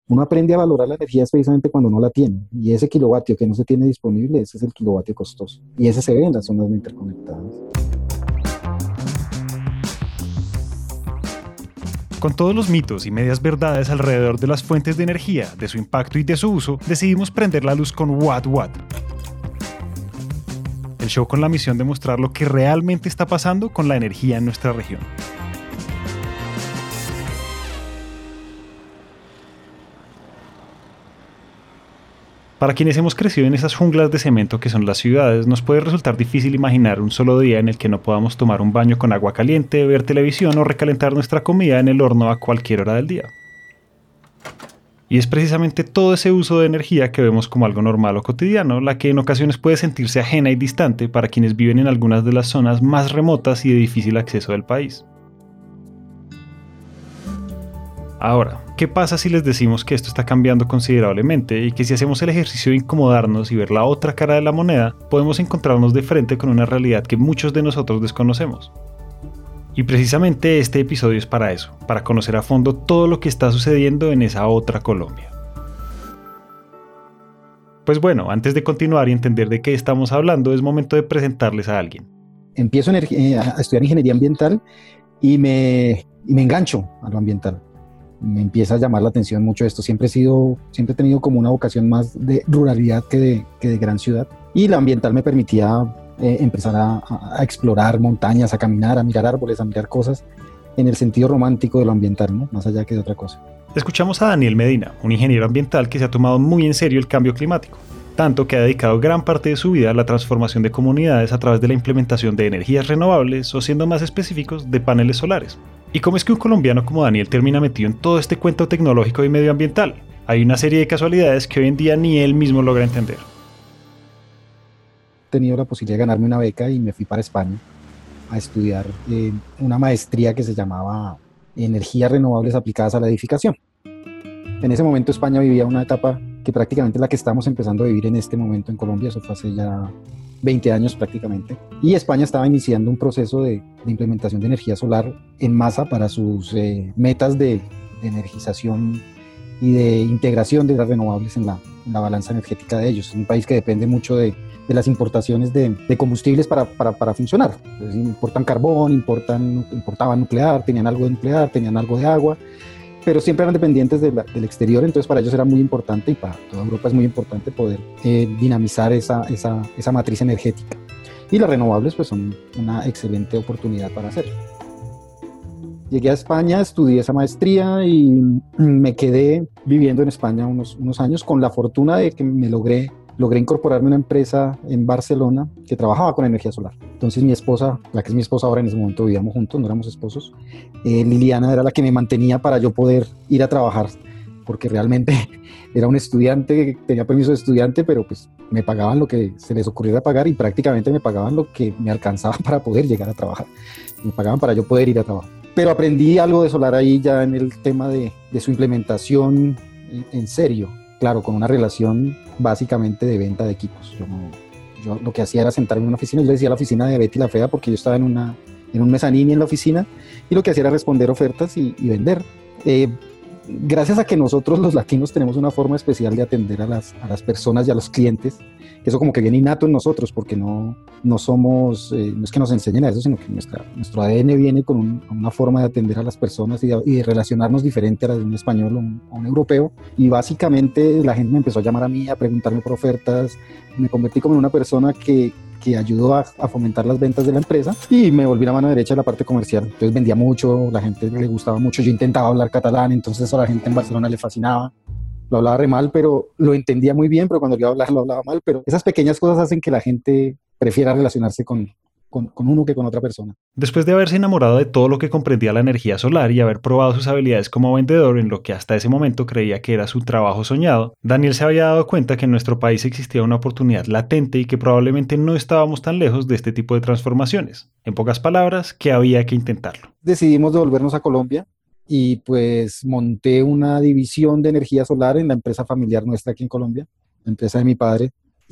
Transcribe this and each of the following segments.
Uno aprende a valorar la energía es precisamente cuando no la tiene. Y ese kilovatio que no se tiene disponible, ese es el kilovatio costoso. Y ese se ve en las zonas no interconectadas. Con todos los mitos y medias verdades alrededor de las fuentes de energía, de su impacto y de su uso, decidimos prender la luz con What What. El show con la misión de mostrar lo que realmente está pasando con la energía en nuestra región. Para quienes hemos crecido en esas junglas de cemento que son las ciudades, nos puede resultar difícil imaginar un solo día en el que no podamos tomar un baño con agua caliente, ver televisión o recalentar nuestra comida en el horno a cualquier hora del día. Y es precisamente todo ese uso de energía que vemos como algo normal o cotidiano, la que en ocasiones puede sentirse ajena y distante para quienes viven en algunas de las zonas más remotas y de difícil acceso del país. Ahora, ¿qué pasa si les decimos que esto está cambiando considerablemente y que si hacemos el ejercicio de incomodarnos y ver la otra cara de la moneda, podemos encontrarnos de frente con una realidad que muchos de nosotros desconocemos? Y precisamente este episodio es para eso, para conocer a fondo todo lo que está sucediendo en esa otra Colombia. Pues bueno, antes de continuar y entender de qué estamos hablando, es momento de presentarles a alguien. Empiezo a estudiar ingeniería ambiental y me engancho a lo ambiental. Me empieza a llamar la atención mucho esto. Siempre he tenido como una vocación más de ruralidad que de gran ciudad. Y lo ambiental me permitía empezar a explorar montañas, a caminar, a mirar árboles, a mirar cosas en el sentido romántico de lo ambiental, ¿no? Más allá que de otra cosa. Escuchamos a Daniel Medina, un ingeniero ambiental que se ha tomado muy en serio el cambio climático, tanto que ha dedicado gran parte de su vida a la transformación de comunidades a través de la implementación de energías renovables o, siendo más específicos, de paneles solares. ¿Y cómo es que un colombiano como Daniel termina metido en todo este cuento tecnológico y medioambiental? Hay una serie de casualidades que hoy en día ni él mismo logra entender. He tenido la posibilidad de ganarme una beca y me fui para España a estudiar una maestría que se llamaba Energías Renovables Aplicadas a la Edificación. En ese momento España vivía una etapa que prácticamente es la que estamos empezando a vivir en este momento en Colombia. Eso fue hace ya 20 años prácticamente. Y España estaba iniciando un proceso de implementación de energía solar en masa para sus metas de energización y de integración de las renovables en la balanza energética de ellos. Es un país que depende mucho de las importaciones de combustibles para funcionar. Entonces, importan carbón, importaban nuclear, tenían algo de nuclear, tenían algo de agua, pero siempre eran dependientes del exterior. Entonces para ellos era muy importante, y para toda Europa es muy importante, poder dinamizar esa matriz energética. Y las renovables pues son una excelente oportunidad para hacerlo. Llegué a España, estudié esa maestría y me quedé viviendo en España unos años, con la fortuna de que logré incorporarme a una empresa en Barcelona que trabajaba con energía solar. Entonces mi esposa, la que es mi esposa ahora, en ese momento vivíamos juntos, no éramos esposos, Liliana era la que me mantenía para yo poder ir a trabajar, porque realmente era un estudiante, tenía permiso de estudiante, pero pues me pagaban lo que se les ocurriera pagar y prácticamente me pagaban lo que me alcanzaba para poder llegar a trabajar. Me pagaban para yo poder ir a trabajar. Pero aprendí algo de solar ahí ya en el tema de su implementación en serio. Claro, con una relación básicamente de venta de equipos. Yo lo que hacía era sentarme en una oficina, yo le decía a la oficina de Betty la Fea, porque yo estaba en un mezzanine en la oficina, y lo que hacía era responder ofertas y vender. Gracias a que nosotros los latinos tenemos una forma especial de atender a las personas y a los clientes, eso como que viene innato en nosotros, porque no somos, no es que nos enseñen a eso, sino que nuestro ADN viene con una forma de atender a las personas y de relacionarnos diferente a la de un español o un europeo. Y básicamente la gente me empezó a llamar a mí, a preguntarme por ofertas. Me convertí como en una persona que ayudó a fomentar las ventas de la empresa, y me volví la mano derecha de la parte comercial. Entonces vendía mucho, la gente le gustaba mucho, yo intentaba hablar catalán, entonces eso a la gente en Barcelona le fascinaba. Lo hablaba re mal, pero lo entendía muy bien, pero cuando iba a hablar lo hablaba mal. Pero esas pequeñas cosas hacen que la gente prefiera relacionarse con uno que con otra persona. Después de haberse enamorado de todo lo que comprendía la energía solar y haber probado sus habilidades como vendedor en lo que hasta ese momento creía que era su trabajo soñado, Daniel se había dado cuenta que en nuestro país existía una oportunidad latente y que probablemente no estábamos tan lejos de este tipo de transformaciones. En pocas palabras, que había que intentarlo. Decidimos devolvernos a Colombia y pues monté una división de energía solar en la empresa familiar nuestra aquí en Colombia, la empresa de mi padre,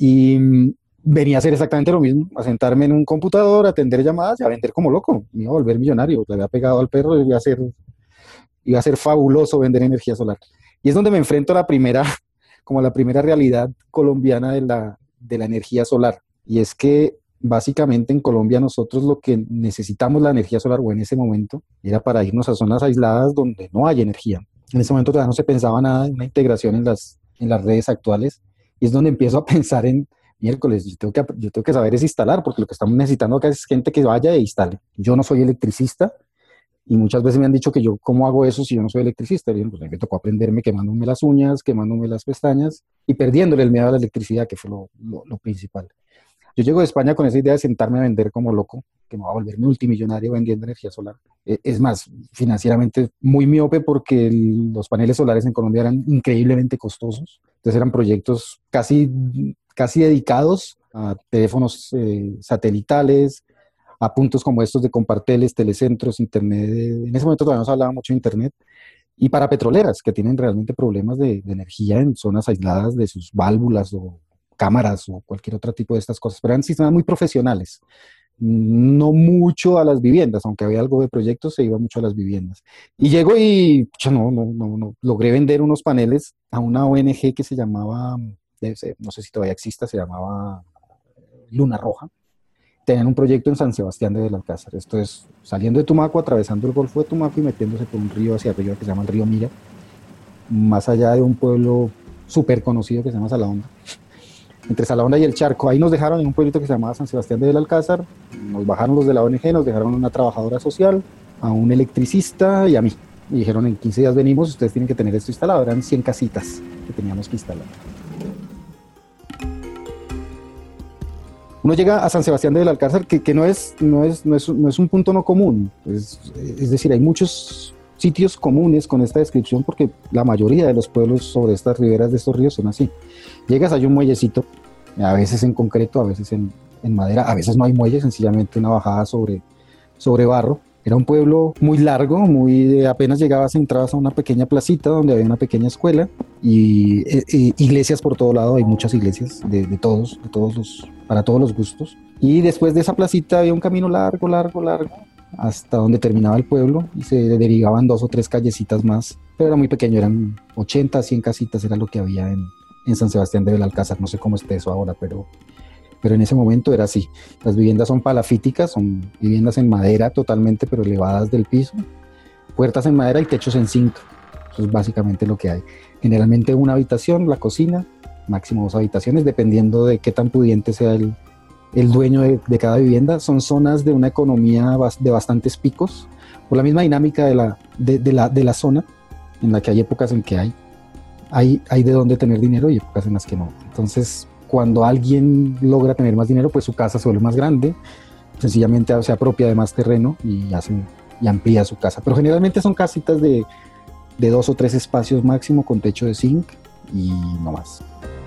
y venía a hacer exactamente lo mismo, a sentarme en un computador, a atender llamadas y a vender como loco. Me iba a volver millonario, le había pegado al perro, iba a ser fabuloso vender energía solar. Y es donde me enfrento a la primera, como a la primera realidad colombiana de la energía solar. Y es que básicamente en Colombia nosotros lo que necesitamos la energía solar, o en ese momento, era para irnos a zonas aisladas donde no hay energía. En ese momento todavía no se pensaba nada en una integración en las redes actuales. Y es donde empiezo a pensar en, miércoles, yo tengo que saber es instalar, porque lo que estamos necesitando acá es gente que vaya e instale. Yo no soy electricista, y muchas veces me han dicho que yo, ¿cómo hago eso si yo no soy electricista? Y yo, pues a mí me tocó aprenderme quemándome las uñas, quemándome las pestañas y perdiéndole el miedo a la electricidad, que fue lo principal. Yo llego de España con esa idea de sentarme a vender como loco, que me va a volver multimillonario vendiendo energía solar. Es más, financieramente muy miope porque los paneles solares en Colombia eran increíblemente costosos. Entonces eran proyectos casi dedicados a teléfonos satelitales, a puntos como estos de comparteles, telecentros, internet. En ese momento todavía no se hablaba mucho de internet. Y para petroleras que tienen realmente problemas de energía en zonas aisladas de sus válvulas o cámaras o cualquier otro tipo de estas cosas. Pero eran sistemas muy profesionales, no mucho a las viviendas, aunque había algo de proyectos, se iba mucho a las viviendas. Y llego y pucha, no, logré vender unos paneles a una ONG que se llamaba, no sé si todavía exista, se llamaba Luna Roja. Tenían un proyecto en San Sebastián de Belalcázar. Esto es saliendo de Tumaco, atravesando el Golfo de Tumaco y metiéndose por un río hacia arriba que se llama el río Mira, más allá de un pueblo súper conocido que se llama Salahonda. Entre Salahonda y el Charco, ahí nos dejaron en un pueblito que se llamaba San Sebastián de Belalcázar, nos bajaron los de la ONG, nos dejaron una trabajadora social, a un electricista y a mí. Y dijeron, en 15 días venimos, ustedes tienen que tener esto instalado. Eran 100 casitas que teníamos que instalar. Uno llega a San Sebastián de Belalcázar, que no es un punto no común. Es decir, hay muchos sitios comunes con esta descripción porque la mayoría de los pueblos sobre estas riberas de estos ríos son así. Llegas, hay un muellecito, a veces en concreto, a veces en madera, a veces no hay muelle, sencillamente una bajada sobre barro. Era un pueblo muy largo, apenas llegabas, entrabas a una pequeña placita donde había una pequeña escuela y iglesias por todo lado, hay muchas iglesias para todos los gustos. Y después de esa placita había un camino largo, hasta donde terminaba el pueblo y se derivaban 2 o 3 callecitas más, pero era muy pequeño, eran 80, 100 casitas, era lo que había en San Sebastián de Belalcázar. No sé cómo esté eso ahora, pero en ese momento era así. Las viviendas son palafíticas, son viviendas en madera totalmente, pero elevadas del piso, puertas en madera y techos en zinc. Eso es básicamente lo que hay. Generalmente una habitación, la cocina, máximo 2 habitaciones, dependiendo de qué tan pudiente sea el dueño de cada vivienda. Son zonas de una economía de bastantes picos, por la misma dinámica de la zona, en la que hay épocas en que hay de dónde tener dinero y épocas en las que no. Entonces, cuando alguien logra tener más dinero, pues su casa se vuelve más grande, sencillamente se apropia de más terreno y amplía su casa. Pero generalmente son casitas de 2 o 3 espacios máximo con techo de zinc y no más.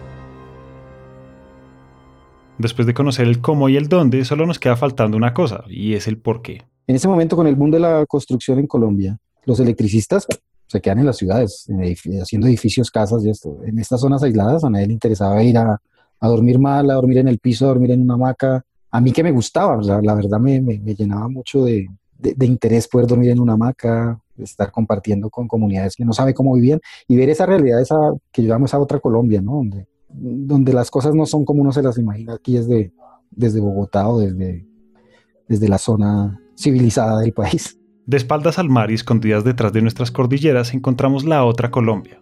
Después de conocer el cómo y el dónde, solo nos queda faltando una cosa, y es el por qué. En ese momento, con el boom de la construcción en Colombia, los electricistas se quedan en las ciudades, haciendo edificios, casas y esto. En estas zonas aisladas a nadie le interesaba ir a dormir mal, a dormir en el piso, a dormir en una hamaca. A mí que me gustaba, la verdad me llenaba mucho de interés poder dormir en una hamaca, estar compartiendo con comunidades que no sabe cómo vivían y ver esa realidad, que yo llamo esa otra Colombia, ¿no? Donde las cosas no son como uno se las imagina aquí desde Bogotá o desde la zona civilizada del país. De espaldas al mar y escondidas detrás de nuestras cordilleras encontramos la otra Colombia.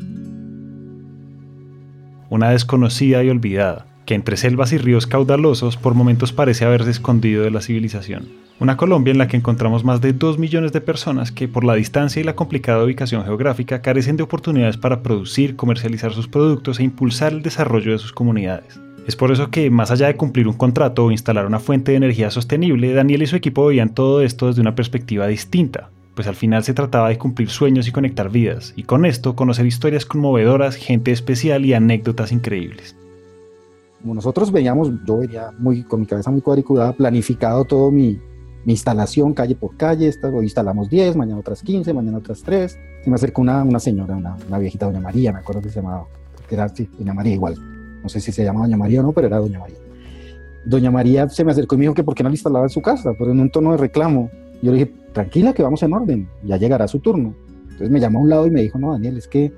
Una desconocida y olvidada, que entre selvas y ríos caudalosos por momentos parece haberse escondido de la civilización. Una Colombia en la que encontramos más de 2 millones de personas que por la distancia y la complicada ubicación geográfica carecen de oportunidades para producir, comercializar sus productos e impulsar el desarrollo de sus comunidades. Es por eso que, más allá de cumplir un contrato o instalar una fuente de energía sostenible, Daniel y su equipo veían todo esto desde una perspectiva distinta, pues al final se trataba de cumplir sueños y conectar vidas, y con esto conocer historias conmovedoras, gente especial y anécdotas increíbles. Como nosotros yo venía con mi cabeza muy cuadriculada, planificado todo mi instalación calle por calle. Hoy instalamos 10, mañana otras 15, mañana otras 3. Se me acercó una señora, una viejita, doña María, me acuerdo que se llamaba, que era así, doña María igual. No sé si se llamaba doña María o no, pero era doña María. Doña María se me acercó y me dijo que por qué no la instalaba en su casa, pero en un tono de reclamo. Yo le dije, tranquila, que vamos en orden, ya llegará su turno. Entonces me llamó a un lado y me dijo, no, Daniel, es que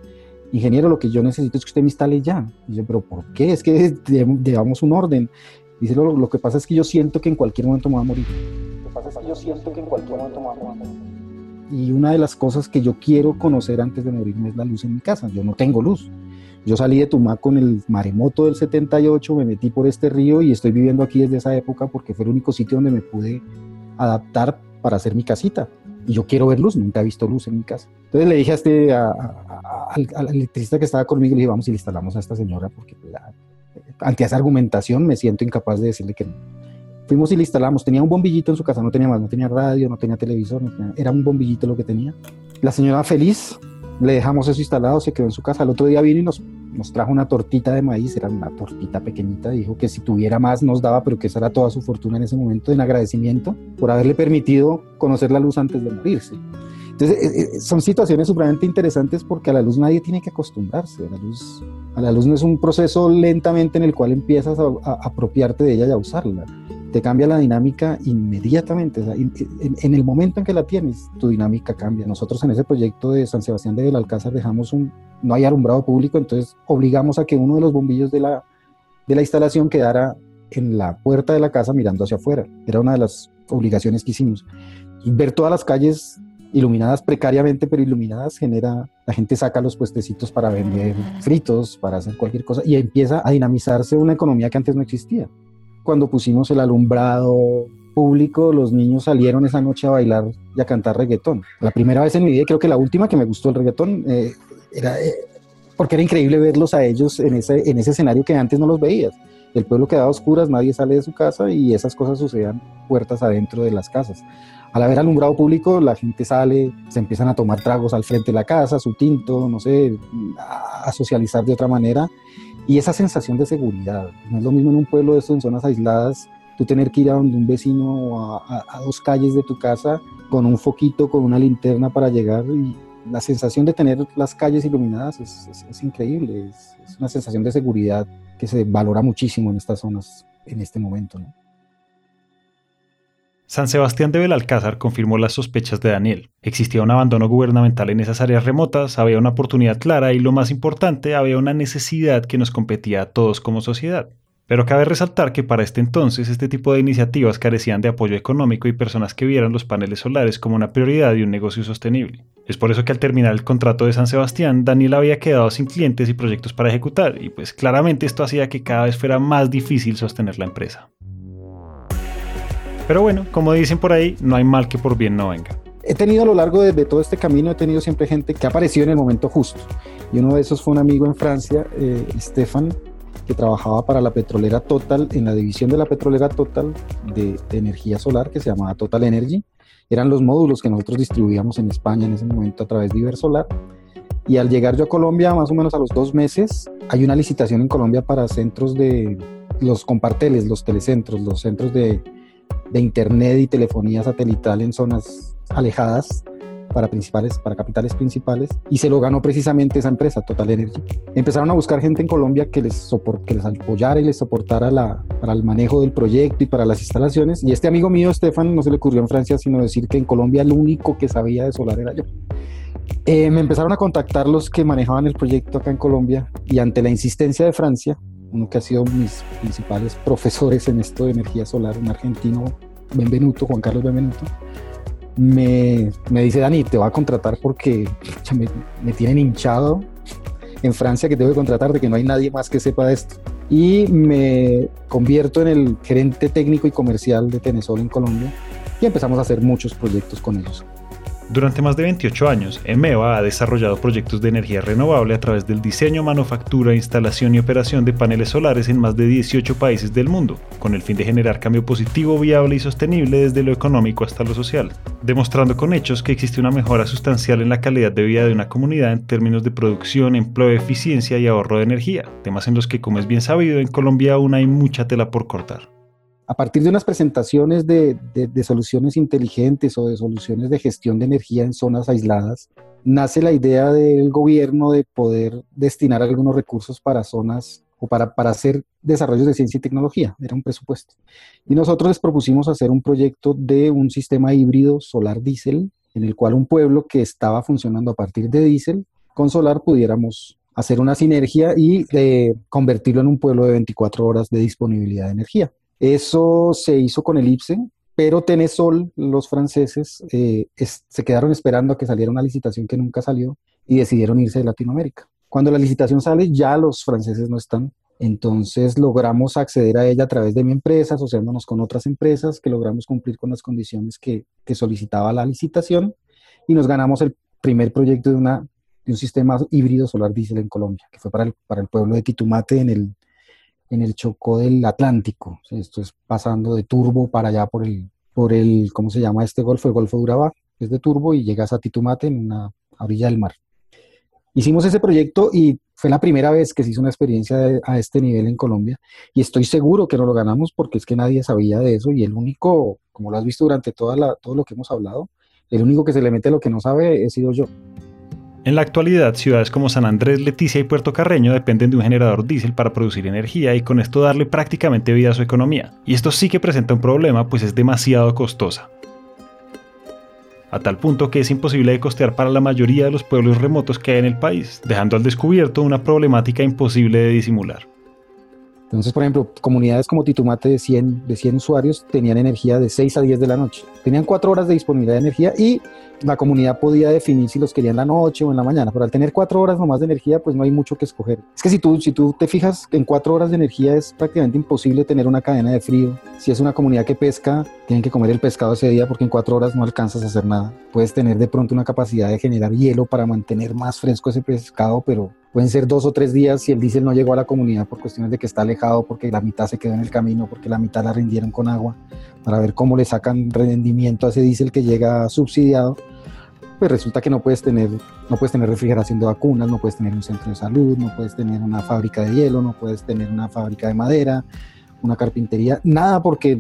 ingeniero, lo que yo necesito es que usted me instale ya. Y yo, pero ¿por qué? Es que llevamos un orden. Dice, lo que pasa es que yo siento que en cualquier momento me voy a morir. Lo que pasa es que yo siento que en cualquier momento me voy a morir. Y una de las cosas que yo quiero conocer antes de morirme es la luz en mi casa. Yo no tengo luz. Yo salí de Tumaco en el maremoto del 78, me metí por este río y estoy viviendo aquí desde esa época porque fue el único sitio donde me pude adaptar para hacer mi casita. Y yo quiero ver luz, nunca he visto luz en mi casa. Entonces le dije al electricista que estaba conmigo, le dije, vamos y le instalamos a esta señora porque ante esa argumentación me siento incapaz de decirle que no. Fuimos y le instalamos, tenía un bombillito en su casa, no tenía más, no tenía radio, no tenía televisor, era un bombillito lo que tenía. La señora feliz, le dejamos eso instalado, se quedó en su casa. Al otro día vino y nos trajo una tortita de maíz, era una tortita pequeñita, dijo que si tuviera más nos daba, pero que esa era toda su fortuna en ese momento, en agradecimiento por haberle permitido conocer la luz antes de morirse. Entonces, son situaciones supremamente interesantes porque a la luz nadie tiene que acostumbrarse. A la luz no es un proceso lentamente en el cual empiezas a apropiarte de ella y a usarla. Te cambia la dinámica inmediatamente. O sea, en el momento en que la tienes, tu dinámica cambia. Nosotros en ese proyecto de San Sebastián de Belalcázar dejamos no hay alumbrado público, entonces obligamos a que uno de los bombillos de la instalación quedara en la puerta de la casa mirando hacia afuera. Era una de las obligaciones que hicimos. Ver todas las calles iluminadas precariamente, pero iluminadas, la gente saca los puestecitos para vender fritos, para hacer cualquier cosa, y empieza a dinamizarse una economía que antes no existía. Cuando pusimos el alumbrado público, los niños salieron esa noche a bailar y a cantar reggaetón. La primera vez en mi vida, creo que la última que me gustó el reggaetón, porque era increíble verlos a ellos en ese escenario que antes no los veías. El pueblo quedaba a oscuras, nadie sale de su casa y esas cosas sucedían puertas adentro de las casas. Al haber alumbrado público, la gente sale, se empiezan a tomar tragos al frente de la casa, su tinto, no sé, a socializar de otra manera. Y esa sensación de seguridad, no es lo mismo en un pueblo de estos, en zonas aisladas, tú tener que ir a donde un vecino a 2 calles de tu casa con un foquito, con una linterna para llegar, y la sensación de tener las calles iluminadas es increíble, es una sensación de seguridad que se valora muchísimo en estas zonas en este momento, ¿no? San Sebastián de Belalcázar confirmó las sospechas de Daniel. Existía un abandono gubernamental en esas áreas remotas, había una oportunidad clara y, lo más importante, había una necesidad que nos competía a todos como sociedad. Pero cabe resaltar que para este entonces este tipo de iniciativas carecían de apoyo económico y personas que vieran los paneles solares como una prioridad y un negocio sostenible. Es por eso que al terminar el contrato de San Sebastián, Daniel había quedado sin clientes y proyectos para ejecutar, y pues claramente esto hacía que cada vez fuera más difícil sostener la empresa. Pero bueno, como dicen por ahí, no hay mal que por bien no venga. He tenido a lo largo de todo este camino, he tenido siempre gente que apareció en el momento justo. Y uno de esos fue un amigo en Francia, Stefan, que trabajaba para la petrolera Total, en la división de la petrolera Total de energía solar, que se llamaba Total Energy. Eran los módulos que nosotros distribuíamos en España en ese momento a través de Ibersolar. Y al llegar yo a Colombia, más o menos a los 2 meses, hay una licitación en Colombia para centros de los comparteles, los telecentros, los centros de internet y telefonía satelital en zonas alejadas para capitales principales, y se lo ganó precisamente esa empresa, Total Energy. Empezaron a buscar gente en Colombia que les apoyara y les soportara para el manejo del proyecto y para las instalaciones, y este amigo mío, Stefan, no se le ocurrió en Francia sino decir que en Colombia el único que sabía de solar era yo. Me empezaron a contactar los que manejaban el proyecto acá en Colombia, y ante la insistencia de Francia, uno que ha sido mis principales profesores en esto de energía solar, un argentino, Juan Carlos Benvenuto, me dice: Dani, te voy a contratar porque me tienen hinchado en Francia, que tengo que contratarte, que no hay nadie más que sepa de esto. Y me convierto en el gerente técnico y comercial de Tenesol en Colombia, y empezamos a hacer muchos proyectos con ellos. Durante más de 28 años, Emeva ha desarrollado proyectos de energía renovable a través del diseño, manufactura, instalación y operación de paneles solares en más de 18 países del mundo, con el fin de generar cambio positivo, viable y sostenible desde lo económico hasta lo social, demostrando con hechos que existe una mejora sustancial en la calidad de vida de una comunidad en términos de producción, empleo, eficiencia y ahorro de energía, temas en los que, como es bien sabido, en Colombia aún hay mucha tela por cortar. A partir de unas presentaciones de soluciones inteligentes o de soluciones de gestión de energía en zonas aisladas, nace la idea del gobierno de poder destinar algunos recursos para zonas o para hacer desarrollos de ciencia y tecnología. Era un presupuesto. Y nosotros les propusimos hacer un proyecto de un sistema híbrido solar-diésel, en el cual un pueblo que estaba funcionando a partir de diésel, con solar pudiéramos hacer una sinergia y convertirlo en un pueblo de 24 horas de disponibilidad de energía. Eso se hizo con el IPCE, pero Tenesol, los franceses, se quedaron esperando a que saliera una licitación que nunca salió y decidieron irse de Latinoamérica. Cuando la licitación sale, ya los franceses no están. Entonces logramos acceder a ella a través de mi empresa, asociándonos con otras empresas que logramos cumplir con las condiciones que solicitaba la licitación y nos ganamos el primer proyecto de un sistema híbrido solar diésel en Colombia, que fue para el pueblo de Titumate en el Chocó del Atlántico. Esto es pasando de Turbo para allá por el ¿cómo se llama este golfo? El Golfo de Urabá, que es de Turbo, y llegas a Titumate en una orilla del mar. Hicimos ese proyecto y fue la primera vez que se hizo una experiencia a este nivel en Colombia y estoy seguro que no lo ganamos porque es que nadie sabía de eso y el único, como lo has visto durante todo lo que hemos hablado, el único que se le mete lo que no sabe he sido yo. En la actualidad, ciudades como San Andrés, Leticia y Puerto Carreño dependen de un generador diésel para producir energía y con esto darle prácticamente vida a su economía. Y esto sí que presenta un problema, pues es demasiado costosa. A tal punto que es imposible de costear para la mayoría de los pueblos remotos que hay en el país, dejando al descubierto una problemática imposible de disimular. Entonces, por ejemplo, comunidades como Titumate de 100 usuarios tenían energía de 6 a 10 de la noche. Tenían 4 horas de disponibilidad de energía y la comunidad podía definir si los quería en la noche o en la mañana. Pero al tener 4 horas nomás de energía, pues no hay mucho que escoger. Es que si tú te fijas, en 4 horas de energía es prácticamente imposible tener una cadena de frío. Si es una comunidad que pesca, tienen que comer el pescado ese día porque en 4 horas no alcanzas a hacer nada. Puedes tener de pronto una capacidad de generar hielo para mantener más fresco ese pescado, pero pueden ser 2 o 3 días si el diésel no llegó a la comunidad por cuestiones de que está alejado, porque la mitad se quedó en el camino, porque la mitad la rindieron con agua, para ver cómo le sacan rendimiento a ese diésel que llega subsidiado. Pues resulta que no puedes tener refrigeración de vacunas, no puedes tener un centro de salud, no puedes tener una fábrica de hielo, no puedes tener una fábrica de madera, una carpintería, nada, porque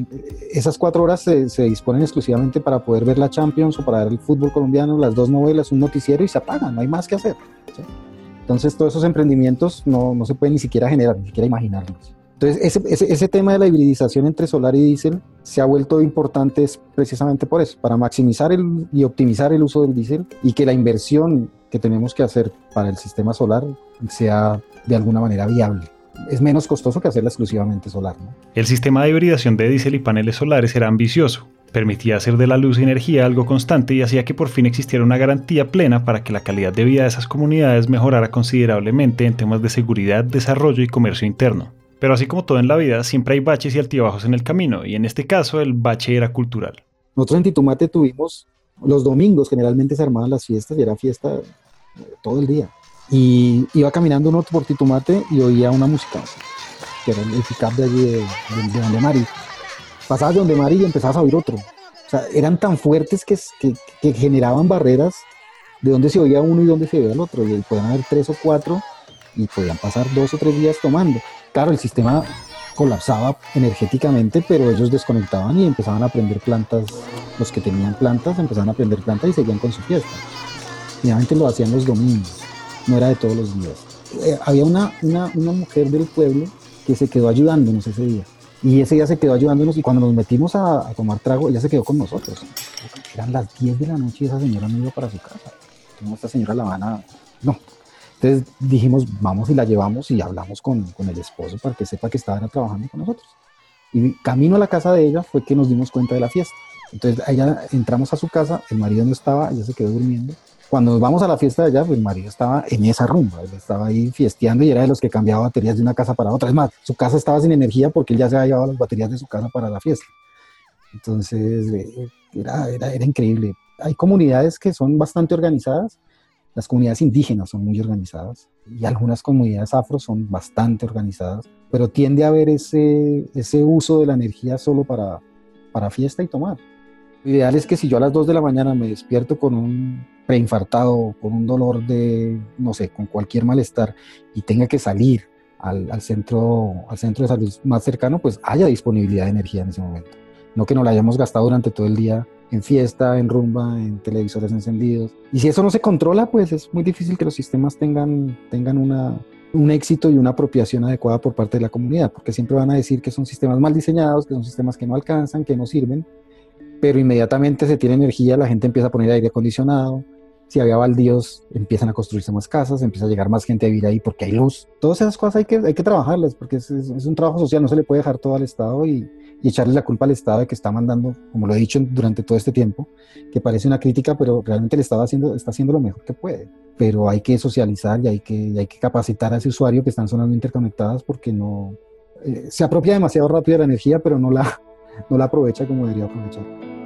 esas 4 horas se disponen exclusivamente para poder ver la Champions o para ver el fútbol colombiano, las 2 novelas, un noticiero y se apagan, no hay más que hacer, ¿sí? Entonces todos esos emprendimientos no se pueden ni siquiera generar, ni siquiera imaginarlos. Entonces ese tema de la hibridización entre solar y diésel se ha vuelto importante precisamente por eso, para maximizar y optimizar el uso del diésel y que la inversión que tenemos que hacer para el sistema solar sea de alguna manera viable. Es menos costoso que hacerla exclusivamente solar, ¿no? El sistema de hibridación de diésel y paneles solares era ambicioso. Permitía hacer de la luz y energía algo constante y hacía que por fin existiera una garantía plena para que la calidad de vida de esas comunidades mejorara considerablemente en temas de seguridad, desarrollo y comercio interno. Pero así como todo en la vida, siempre hay baches y altibajos en el camino, y en este caso el bache era cultural. Nosotros en Titumate tuvimos, los domingos generalmente se armaban las fiestas y era fiesta todo el día. Y iba caminando uno por Titumate y oía una música, que era el pick-up de allí de Donde Mari. Pasabas de Donde Mari y empezabas a oír otro. O sea, eran tan fuertes que generaban barreras de dónde se oía uno y dónde se oía el otro. Y podían haber 3 o 4 y podían pasar 2 o 3 días tomando. Claro, el sistema colapsaba energéticamente, pero ellos desconectaban y empezaban a prender plantas. Los que tenían plantas empezaban a prender plantas y seguían con su fiesta. Generalmente lo hacían los domingos, no era de todos los días. Había una mujer del pueblo que se quedó ayudándonos ese día. Y ese día se quedó ayudándonos y cuando nos metimos a tomar trago, ella se quedó con nosotros. Eran las 10 de la noche y esa señora no iba para su casa. No, esta señora la van a... No. Entonces dijimos, vamos y la llevamos y hablamos con el esposo para que sepa que estaba trabajando con nosotros. Y camino a la casa de ella fue que nos dimos cuenta de la fiesta. Entonces entramos a su casa, el marido no estaba, ella se quedó durmiendo. Cuando nos vamos a la fiesta de allá, pues el marido estaba en esa rumba, él estaba ahí fiesteando y era de los que cambiaba baterías de una casa para otra. Es más, su casa estaba sin energía porque él ya se había llevado las baterías de su casa para la fiesta. Entonces era increíble. Hay comunidades que son bastante organizadas. Las comunidades indígenas son muy organizadas y algunas comunidades afro son bastante organizadas, pero tiende a haber ese uso de la energía solo para fiesta y tomar. Lo ideal es que si yo a las 2 de la mañana me despierto con un preinfartado, con un dolor de, no sé, con cualquier malestar y tenga que salir al centro de salud más cercano, pues haya disponibilidad de energía en ese momento. No que nos la hayamos gastado durante todo el día en fiesta, en rumba, en televisores encendidos. Y si eso no se controla, pues es muy difícil que los sistemas tengan un éxito y una apropiación adecuada por parte de la comunidad, porque siempre van a decir que son sistemas mal diseñados, que son sistemas que no alcanzan, que no sirven, pero inmediatamente se tiene energía, la gente empieza a poner aire acondicionado, Si había baldíos, empiezan a construirse más casas, empieza a llegar más gente a vivir ahí porque hay luz. Todas esas cosas hay que trabajarlas porque es un trabajo social, no se le puede dejar todo al Estado y echarle la culpa al Estado de que está mandando, como lo he dicho durante todo este tiempo, que parece una crítica, pero realmente el Estado está haciendo lo mejor que puede. Pero hay que socializar y hay que capacitar a ese usuario que están sonando interconectadas porque no se apropia demasiado rápido de la energía, pero no la aprovecha como debería aprovechar.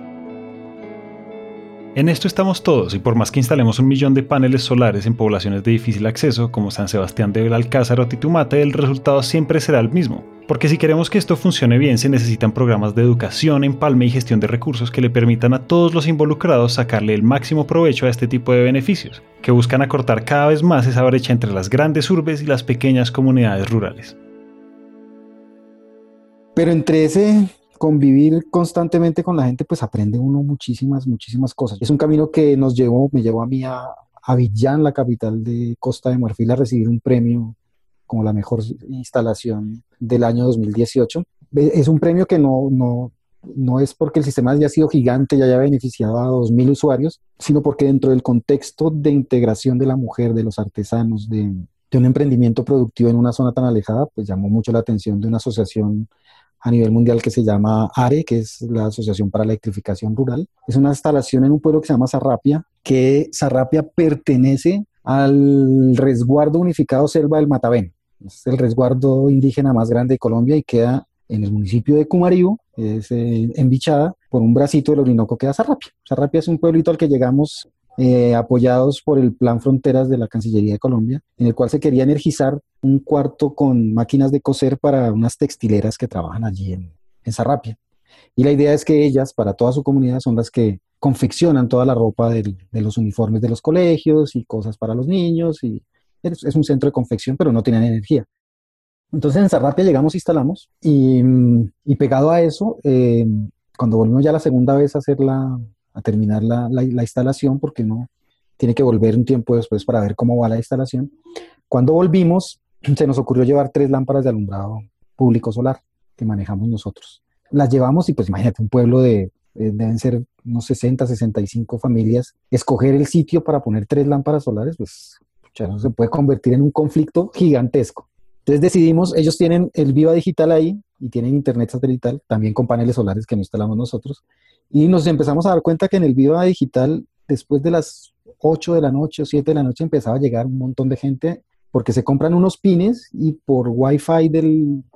En esto estamos todos, y por más que instalemos 1 millón de paneles solares en poblaciones de difícil acceso, como San Sebastián de Belalcázar o Titumate, el resultado siempre será el mismo. Porque si queremos que esto funcione bien, se necesitan programas de educación, empalme y gestión de recursos que le permitan a todos los involucrados sacarle el máximo provecho a este tipo de beneficios, que buscan acortar cada vez más esa brecha entre las grandes urbes y las pequeñas comunidades rurales. Pero entre ese convivir constantemente con la gente, pues aprende uno muchísimas cosas. Es un camino que me llevó a mí a Abiyán, la capital de Costa de Marfil, a recibir un premio como la mejor instalación del año 2018. Es un premio que no es porque el sistema haya sido gigante y haya beneficiado a 2.000 usuarios, sino porque dentro del contexto de integración de la mujer, de los artesanos, de un emprendimiento productivo en una zona tan alejada, pues llamó mucho la atención de una asociación a nivel mundial que se llama ARE, que es la Asociación para la Electrificación Rural. Es una instalación en un pueblo que se llama Sarrapia, que Sarrapia pertenece al resguardo unificado Selva del Matavén. Es el resguardo indígena más grande de Colombia y queda en el municipio de Cumaribo, es en Bichada, por un bracito del Orinoco queda Sarrapia. Sarrapia es un pueblito al que llegamos apoyados por el Plan Fronteras de la Cancillería de Colombia, en el cual se quería energizar un cuarto con máquinas de coser para unas textileras que trabajan allí en Sarrapia. Y la idea es que ellas, para toda su comunidad, son las que confeccionan toda la ropa de los uniformes de los colegios y cosas para los niños. Y es un centro de confección, pero no tienen energía. Entonces en Sarrapia llegamos, instalamos y pegado a eso, cuando volvimos ya la segunda vez a terminar la instalación, porque no tiene que volver un tiempo después para ver cómo va la instalación. Cuando volvimos, se nos ocurrió llevar 3 lámparas de alumbrado público solar que manejamos nosotros. Las llevamos y pues imagínate, un pueblo deben ser unos 65 familias, escoger el sitio para poner 3 lámparas solares, pues ya no se puede convertir en un conflicto gigantesco. Entonces decidimos, ellos tienen el Viva Digital ahí y tienen internet satelital, también con paneles solares que no instalamos nosotros. Y nos empezamos a dar cuenta que en el Viva Digital, después de las 8 de la noche o 7 de la noche, empezaba a llegar un montón de gente porque se compran unos pines y por Wi-Fi del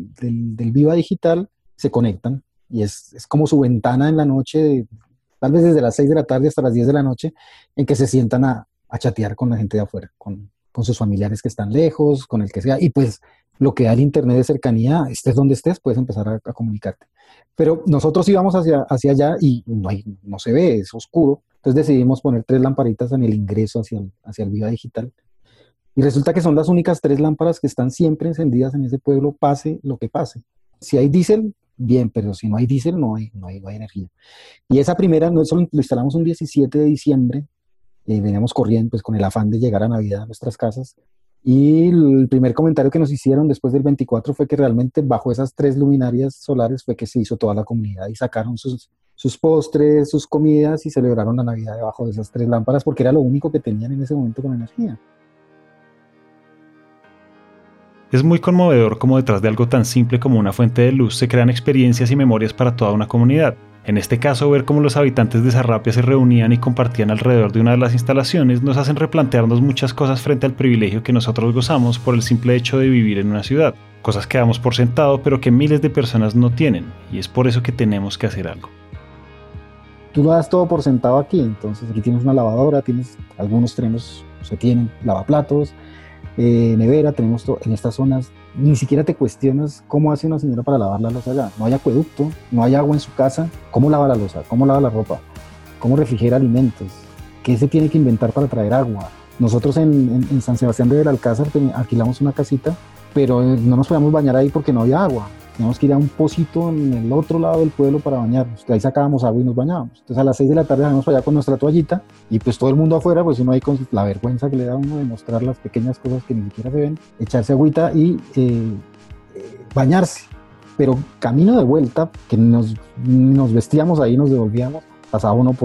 Viva Digital se conectan. Y es como su ventana en la noche, tal vez desde las 6 de la tarde hasta las 10 de la noche, en que se sientan a chatear con la gente de afuera, con sus familiares que están lejos, con el que sea. Y pues lo que da el internet de cercanía, estés donde estés, puedes empezar a comunicarte. Pero nosotros íbamos hacia allá y no se ve, es oscuro. Entonces decidimos poner 3 lamparitas en el ingreso hacia el Viva Digital. Y resulta que son las únicas 3 lámparas que están siempre encendidas en ese pueblo, pase lo que pase. Si hay diésel, bien, pero si no hay diésel, no hay energía. Y esa primera, nosotros lo instalamos un 17 de diciembre, veníamos corriendo pues con el afán de llegar a Navidad a nuestras casas. Y el primer comentario que nos hicieron después del 24 fue que realmente bajo esas 3 luminarias solares fue que se hizo toda la comunidad y sacaron sus postres, sus comidas y celebraron la Navidad debajo de esas 3 lámparas porque era lo único que tenían en ese momento con energía. Es muy conmovedor cómo detrás de algo tan simple como una fuente de luz se crean experiencias y memorias para toda una comunidad. En este caso, ver cómo los habitantes de Sarrapia se reunían y compartían alrededor de una de las instalaciones nos hacen replantearnos muchas cosas frente al privilegio que nosotros gozamos por el simple hecho de vivir en una ciudad. Cosas que damos por sentado pero que miles de personas no tienen, y es por eso que tenemos que hacer algo. Tú lo das todo por sentado aquí, entonces aquí tienes una lavadora, algunos tienen lavaplatos, nevera, tenemos todo. En estas zonas ni siquiera te cuestionas cómo hace una señora para lavar la loza allá. No hay acueducto, no hay agua en su casa. ¿Cómo lava la loza? ¿Cómo lava la ropa? ¿Cómo refrigera alimentos? ¿Qué se tiene que inventar para traer agua? Nosotros en San Sebastián de Belalcázar alquilamos una casita, pero no nos podíamos bañar ahí porque no había agua. Teníamos que ir a un pocito en el otro lado del pueblo para bañarnos. De ahí sacábamos agua y nos bañábamos. Entonces a las 6 de la tarde salimos para allá con nuestra toallita y pues todo el mundo afuera, pues uno ahí con la vergüenza que le da a uno de mostrar las pequeñas cosas que ni siquiera se ven, echarse agüita y bañarse. Pero camino de vuelta, que nos vestíamos ahí, nos devolvíamos, pasaba uno por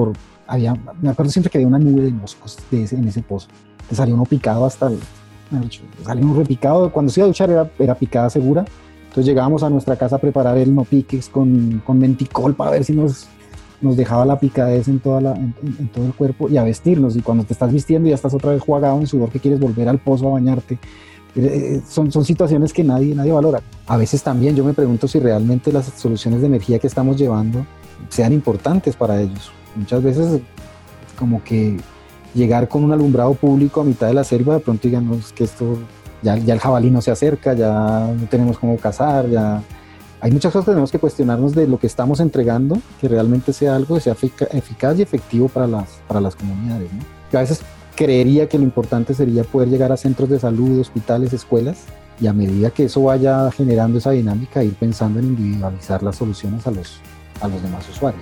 me acuerdo siempre que había una nube de moscos en ese pozo. Te salía uno picado salía uno repicado. Cuando se iba a duchar era picada segura. Entonces llegábamos a nuestra casa a preparar el no piques con menticol para ver si nos dejaba la picadez en todo el cuerpo, y a vestirnos. Y cuando te estás vistiendo ya estás otra vez jugado en sudor, que quieres volver al pozo a bañarte. Son situaciones que nadie valora. A veces también yo me pregunto si realmente las soluciones de energía que estamos llevando sean importantes para ellos. Muchas veces como que llegar con un alumbrado público a mitad de la selva, de pronto digan, no, es que esto ya el jabalí no se acerca, ya no tenemos cómo cazar, ya hay muchas cosas que tenemos que cuestionarnos de lo que estamos entregando, que realmente sea algo que sea eficaz y efectivo para las comunidades, ¿no? Yo a veces creería que lo importante sería poder llegar a centros de salud, hospitales, escuelas, y a medida que eso vaya generando esa dinámica, ir pensando en individualizar las soluciones a los demás usuarios.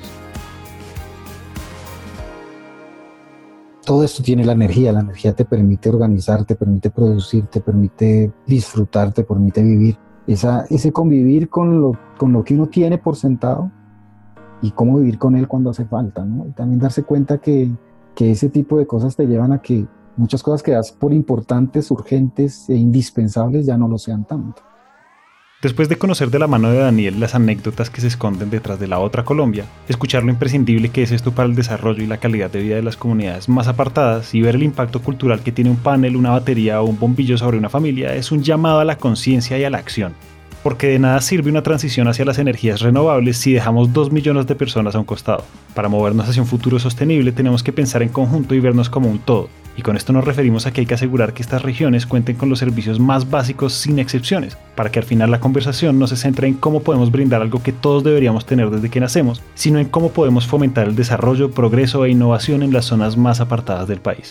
Todo esto tiene la energía te permite organizar, te permite producir, te permite disfrutar, te permite vivir. Ese convivir con lo que uno tiene por sentado y cómo vivir con él cuando hace falta, ¿no? Y también darse cuenta que ese tipo de cosas te llevan a que muchas cosas que das por importantes, urgentes e indispensables ya no lo sean tanto. Después de conocer de la mano de Daniel las anécdotas que se esconden detrás de la otra Colombia, escuchar lo imprescindible que es esto para el desarrollo y la calidad de vida de las comunidades más apartadas y ver el impacto cultural que tiene un panel, una batería o un bombillo sobre una familia es un llamado a la conciencia y a la acción. Porque de nada sirve una transición hacia las energías renovables si dejamos 2 millones de personas a un costado. Para movernos hacia un futuro sostenible tenemos que pensar en conjunto y vernos como un todo. Y con esto nos referimos a que hay que asegurar que estas regiones cuenten con los servicios más básicos sin excepciones, para que al final la conversación no se centre en cómo podemos brindar algo que todos deberíamos tener desde que nacemos, sino en cómo podemos fomentar el desarrollo, progreso e innovación en las zonas más apartadas del país.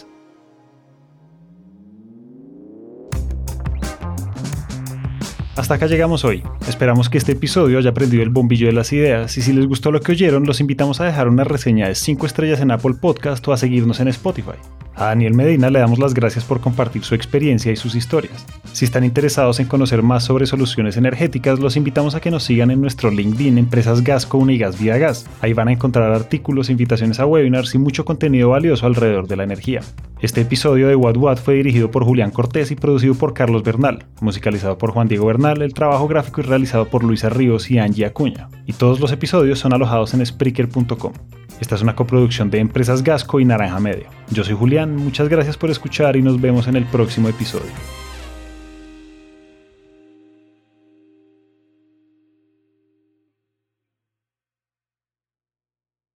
Hasta acá llegamos hoy. Esperamos que este episodio haya prendido el bombillo de las ideas, y si les gustó lo que oyeron, los invitamos a dejar una reseña de 5 estrellas en Apple Podcast o a seguirnos en Spotify. A Daniel Medina le damos las gracias por compartir su experiencia y sus historias. Si están interesados en conocer más sobre soluciones energéticas, los invitamos a que nos sigan en nuestro LinkedIn Empresas Gasco Unigas Vía Gas. Ahí van a encontrar artículos, invitaciones a webinars y mucho contenido valioso alrededor de la energía. Este episodio de What What fue dirigido por Julián Cortés y producido por Carlos Bernal, musicalizado por Juan Diego Bernal, el trabajo gráfico y realizado por Luisa Ríos y Angie Acuña. Y todos los episodios son alojados en Spreaker.com. Esta es una coproducción de Empresas Gasco y Naranja Media. Yo soy Julián, muchas gracias por escuchar y nos vemos en el próximo episodio.